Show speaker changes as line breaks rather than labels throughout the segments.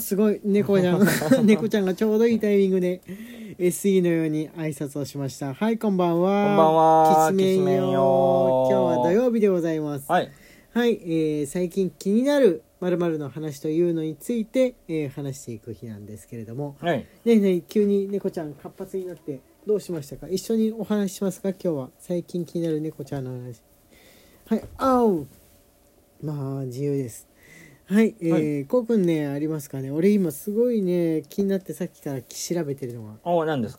すごい猫ちゃん猫ちゃんがちょうどいいタイミングで SE のように挨拶をしました。はい、こんばんは。
こんばんは。
きしめんよ。今日は土曜日でございます。
はい。
はい、最近気になる〇〇の話というのについて、話していく日なんですけれども、
はい。
ねえねえ、急に猫ちゃん活発になってどうしましたか？一緒にお話ししますか？今日は最近気になる猫ちゃんの話。はい、まあ自由です。はい、こうくんね、ありますかね。俺今すごいね気になってさっきから調べてるのが
何ですか？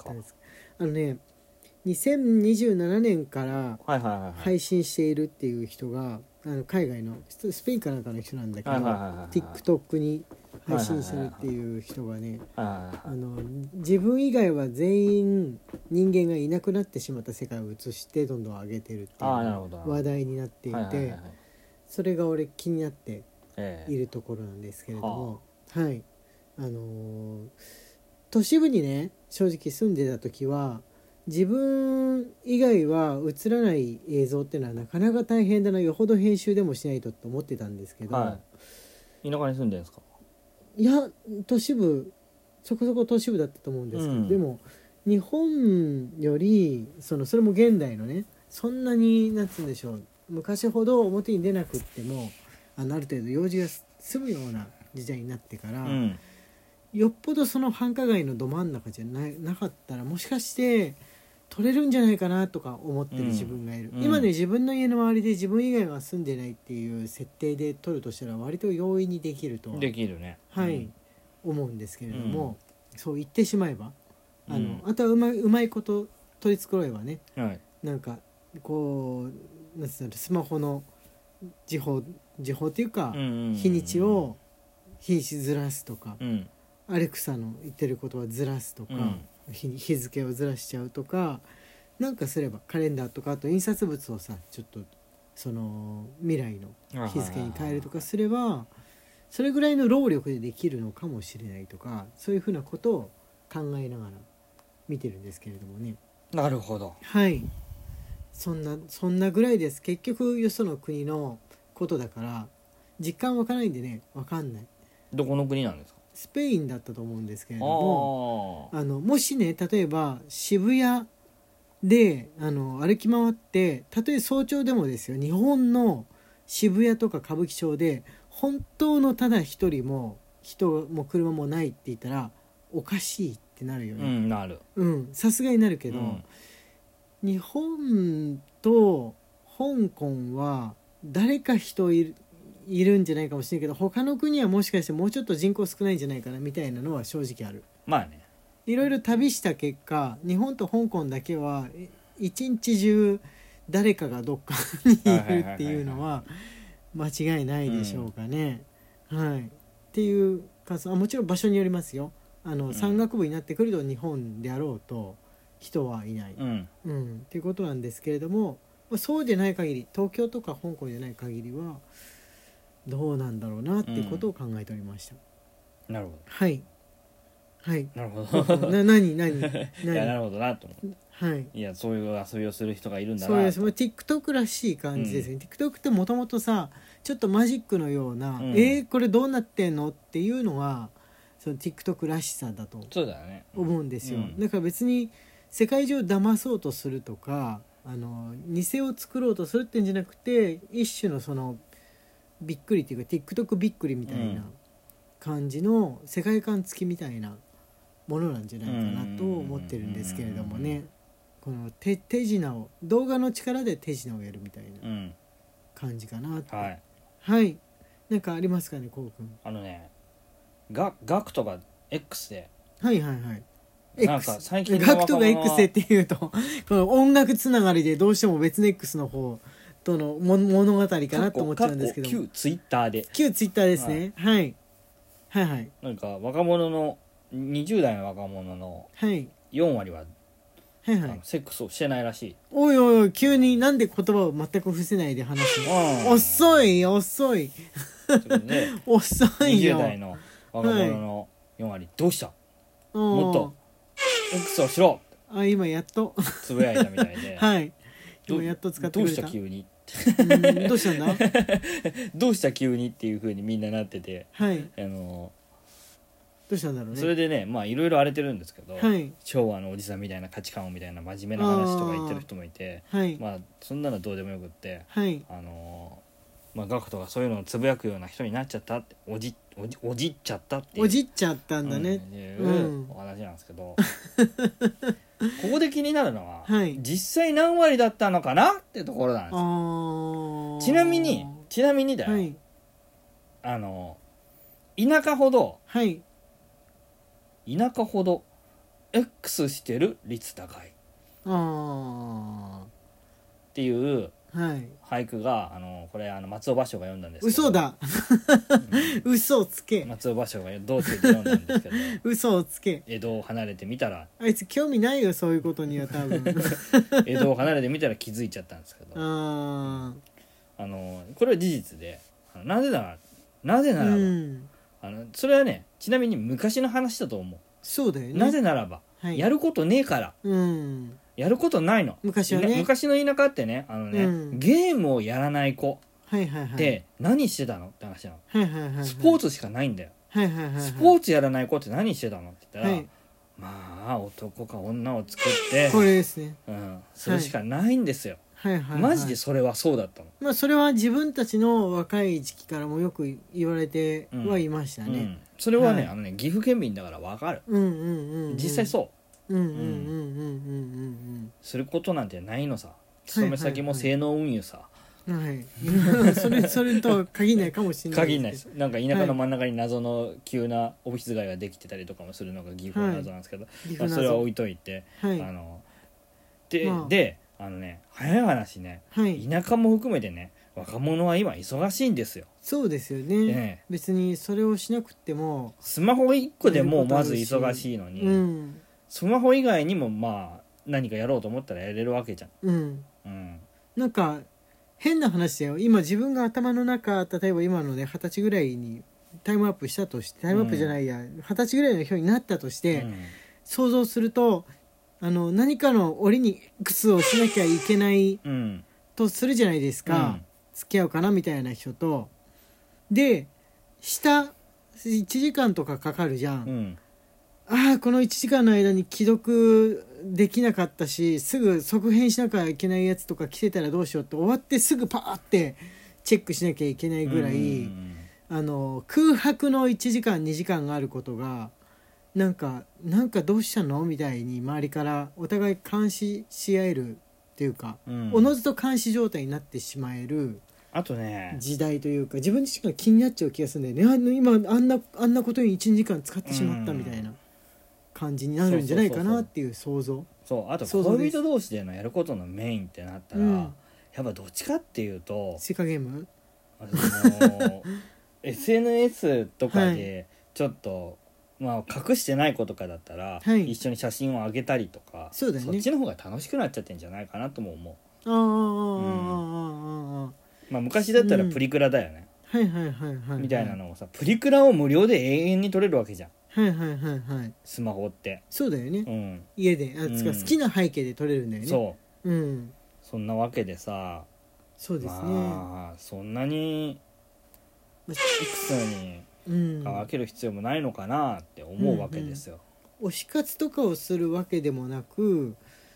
2027年から
はいはいはいはい。
配信しているっていう人が海外のスペインかなんかの人なんだけど、
はいはいはいはい
TikTok に配信してるっていう人がね、
はいはいはい。
自分以外は全員人間がいなくなってしまった世界を映してどんどん上げてるっていう
なるほど
話題になっていて、
はいはいはいはい。
それが俺気になっているところなんですけれども、はい、都市部にね正直住んでた時は自分以外は映らない映像っていうのはなかなか大変だな、よほど編集でもしないとって思ってたんですけど、
はい。田舎に住んでるんですか？
いや都市部、そこそこ都市部だったと思うんですけど、
うん
でも日本よりそれも現代のね、そんなになんつうんでしょう、昔ほど表に出なくってもある程度用事が済むような時代になってから、
うん。
よっぽどその繁華街のど真ん中じゃなかったらもしかして撮れるんじゃないかなとか思ってる自分がいる、今ね自分の家の周りで自分以外は住んでないっていう設定で撮るとしたら割と容易にできるとは
できるね。
はい、思うんですけれども、そう言ってしまえばあとはうまいこと取り繕えばね、
はい。
なんかこうなんつうの、スマホの時報っていうか、日にちずらすとか、アレクサの言ってることはずらすとか、日付をずらしちゃうとかなんかすれば、カレンダーとかあと印刷物をさちょっとその未来の日付に変えるとかすればそれぐらいの労力でできるのかもしれないとか、そういうふうなことを考えながら見てるんですけれどもね。
なるほど。
はい、そんなぐらいです。結局よその国のことだから実感湧かないんでね、わかんない。
どこの国なんですか？
スペインだったと思うんですけれども、もしね例えば渋谷で歩き回って、たとえ早朝でもですよ、日本の渋谷とか歌舞伎町で本当のただ一人も人も車もないって言ったらおかしいってなるよね。
なる。
さすがになるけど、日本と香港は誰か人いるんじゃないかもしれないけど、他の国はもしかしてもうちょっと人口少ないんじゃないかなみたいなのは正直ある。
まあね。
いろいろ旅した結果、日本と香港だけは一日中誰かがどっかにいるっていうのは間違いないでしょうかね。はい。っていうか、もちろん場所によりますよ。山岳部になってくると日本であろうと人はいない、っていうことなんですけれども、そうでない限り、東京とか香港じゃない限りはどうなんだろうなっていうことを考えておりました。
なるほど。
はいはい。
なるほど。
何
いや、なるほどなと思って。
はい。
いや、そういう遊びをする人がいるんだな。
そうです。TikTok らしい感じですね。TikTok ってもともとさ、ちょっとマジックのような、これどうなってんのっていうのはその TikTok らしさだと思うんですよ。だから別に世界中騙そうとするとか偽を作ろうとするってんじゃなくて、一種のそのびっくりっていうか TikTok びっくりみたいな感じの世界観付きみたいなものなんじゃないかなと思ってるんですけれどもね。この手品を、動画の力で手品をやるみたいな感じかなって、はい、なんかありますかね、こうくん。
ガクトが X で、
はいはいはい、
なんか最近
ガクトが X でっていうとこの音楽つながりでどうしても別の X の方との物語かなと思っちゃうんですけど、
旧ツイッター
ですね、はい、はいはいはい。
なんか若者の20代の若者の4割は、はいはい、セックスをしてないらしい。
おいおい、急になんで言葉を全く伏せないで話すの。遅い遅い遅いよ。
20代の若者の4割、どうした、もっと X をしろ、
今やっと
つぶやいたみたいで
はい今やっと使ってくれた。
どうした急に
どうしたんだ
どうした急にっていう風にみんななってて、
はい、 どうしたんだろうね。
それでねまあいろいろ荒れてるんですけど、はい、昭和のおじさんみたいな価値観をみたいな真面目な話とか言ってる人もいて、はい、まあそんなのどうでもよくって、はい、まあ、ガクトがそういうのをつぶやくような人になっちゃったっておじっちゃったっていう
おじっちゃったんだね、
いうお話なんですけど、ここで気になるのは、はい、実際何割だったのかなっていうところなんです。ちなみにだよ、はい、田舎ほど、はい、田舎ほど X してる率高いっていう俳句がこれ松尾芭蕉が読んだんですけど、
嘘だ嘘をつけ。
松尾芭蕉が道中で読んだんですけど
嘘をつけ。
江戸を離れてみたら
あいつ興味ないよそういうことには多分
江戸を離れてみたら気づいちゃったんですけどこれは事実でなぜならば、それはねちなみに昔の話だと思う。
そうだよね。
なぜならば、はい、やることねえから、やることないの。
昔はね、
昔の田舎ってねゲームをやらない子って何してたのって話なの、スポーツしかないんだよ、スポーツやらない子って何してたのって言ったら、はい、まあ男か女を作って
これですね、
それしかないんですよ、マジでそれはそうだったの。
まあそれは自分たちの若い時期からもよく言われてはいましたね、
それはね、岐阜県民だから分かる、実際そうすることなんてないのさ。勤め先も性能運輸さ、
それとは限らないかもしれない。
限らないです。なんか田舎の真ん中に謎の急なオフィス街ができてたりとかもするのが岐阜の謎なんですけど、それは置いといて、で早い話ね、田舎も含めてね若者は今忙しいんですよ。
そうですよね、別にそれをしなくても
スマホ1個でもうまず忙しいのに、スマホ以外にもまあ何かやろうと思ったらやれるわけじゃん。
なんか変な話だよ。今自分が頭の中、例えば今のね20歳ぐらいにタイムアップしたとして、タイムアップじゃないや、20歳ぐらいの人になったとして、想像すると何かの折に X をしなきゃいけないとするじゃないですか、付き合うかなみたいな人と。で下1時間とかかかるじゃん、この1時間の間に既読できなかったし、すぐ即返しなきゃいけないやつとか来てたらどうしようって、終わってすぐパーってチェックしなきゃいけないぐらい、空白の1時間2時間があることがなんかどうしたのみたいに周りからお互い監視し合えるっていうか、おのずと監視状態になってしまえる
あとね
時代というか、自分自身が気になっちゃう気がするんだよね。今あんなことに 1,2 時間使ってしまったみたいな感じになるんじゃないかなっていう想像。
あと恋人同士でのやることのメインってなったら、やっぱどっちかっていうと
スイカゲーム
SNS とかでちょっと、まあ、隠してない子とかだったら、一緒に写真を上げたりとか、そっちの方が楽しくなっちゃってんじゃないかなとも思う。まあ、昔だったらプリクラだよね、みたいなのをさ、プリクラを無料で永遠に撮れるわけじゃん、スマホって。
そうだよね、家で好きな背景で撮れるんだよね。
そんなわけでさ、
そうですね、
まあ、そんなにいくつに分ける必要もないのかなって思うわけですよ、
推し活とかをするわけでもなく、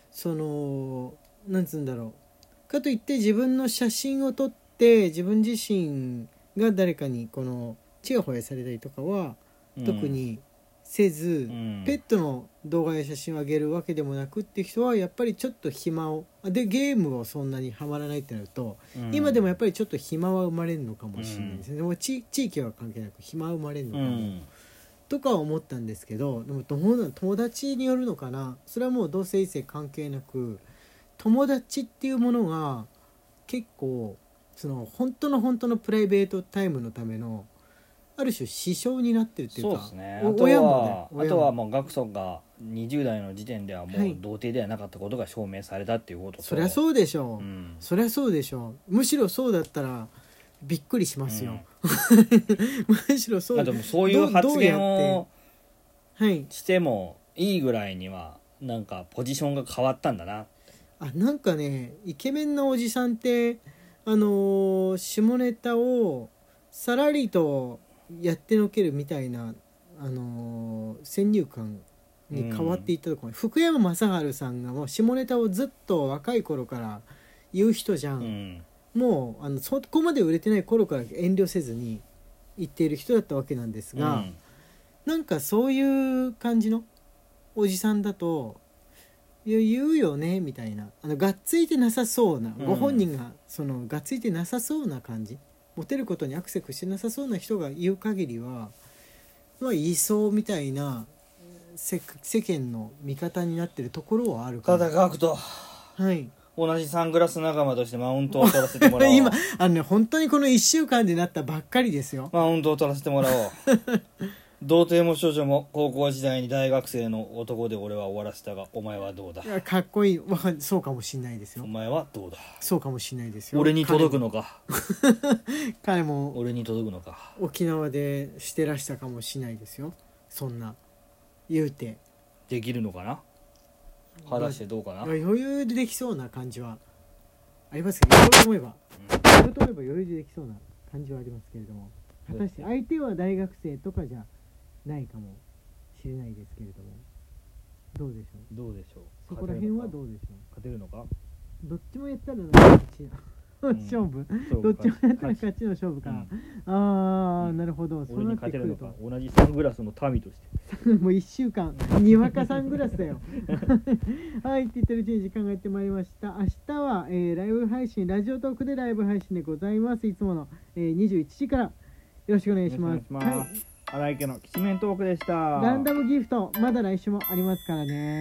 なんつうんだろうかといって自分の写真を撮って自分自身が誰かにチヤホヤされたりとかは特にせず、ペットの動画や写真を上げるわけでもなくっていう人はやっぱりちょっと暇をでゲームをそんなにハマらないってなると、今でもやっぱりちょっと暇は生まれるのかもしれないですね、でも地域は関係なく暇は生まれるのかも、とか思ったんですけど、でも友達によるのかな。それはもう同性異性関係なく、友達っていうものが結構本当のプライベートタイムのためのある種支障になってるっていうか。
そうですね。あとはもうガクソンが20代の時点ではもう童貞ではなかったことが証明されたっていうことと、
そりゃそうでしょう、そりゃそうでしょう。むしろそうだったらびっくりしますよ、むしろそうだ。
でもそういう発言をしてもいいぐらいにはなんかポジションが変わったんだな。
なんかね、イケメンなおじさんって下ネタをさらりとやってのけるみたいな先入観に変わっていったところ、福山雅治さんがもう下ネタをずっと若い頃から言う人じゃん、もうそこまで売れてない頃から遠慮せずに言っている人だったわけなんですが、なんかそういう感じのおじさんだと言うよねみたいな、がっついてなさそうな、ご本人ががっついてなさそうな感じ、モテることにアクセスしてなさそうな人が言う限りはまあ言いそうみたいな世間の味方になってるところはあるか
ら。ただガクト、
はい、
同じサングラス仲間としてマウントを取らせてもらおう。
今本当にこの1週間でなったばっかりですよ。
マウントを取らせてもらおう。童貞も少女も高校時代に大学生の男で俺は終わらせたが、お前はどうだ。
いやかっこいい、そうかもしんないですよ。
お前はどうだ。
そうかもしんないですよ。
俺に届くのか。
彼も
俺に届くのか。
沖縄でしてらしたかもしんないですよ。そんな言うて
できるのかな。果たしてどうかな。
余裕でできそうな感じはありますけど、やろうと思えば余裕でできそうな感じはありますけれども、果たして相手は大学生とかじゃないかもしれないですけれども、どうでしょう。そこら辺はどうでしょう。
勝てるのか。
どっちもやったら勝ち勝負、どっちもやったら勝ちの勝負か、なるほど。
俺に勝てるのか。同じサングラスの民として
もう1週間にわかサングラスだよはいって言ってるうちに時間がやってまいりました。明日は、ライブ配信、ラジオトークでライブ配信でございます。いつもの、21時からよろしくお願いします。
荒井家のきしめんトークでした。
ランダムギフトまだ来週もありますからね。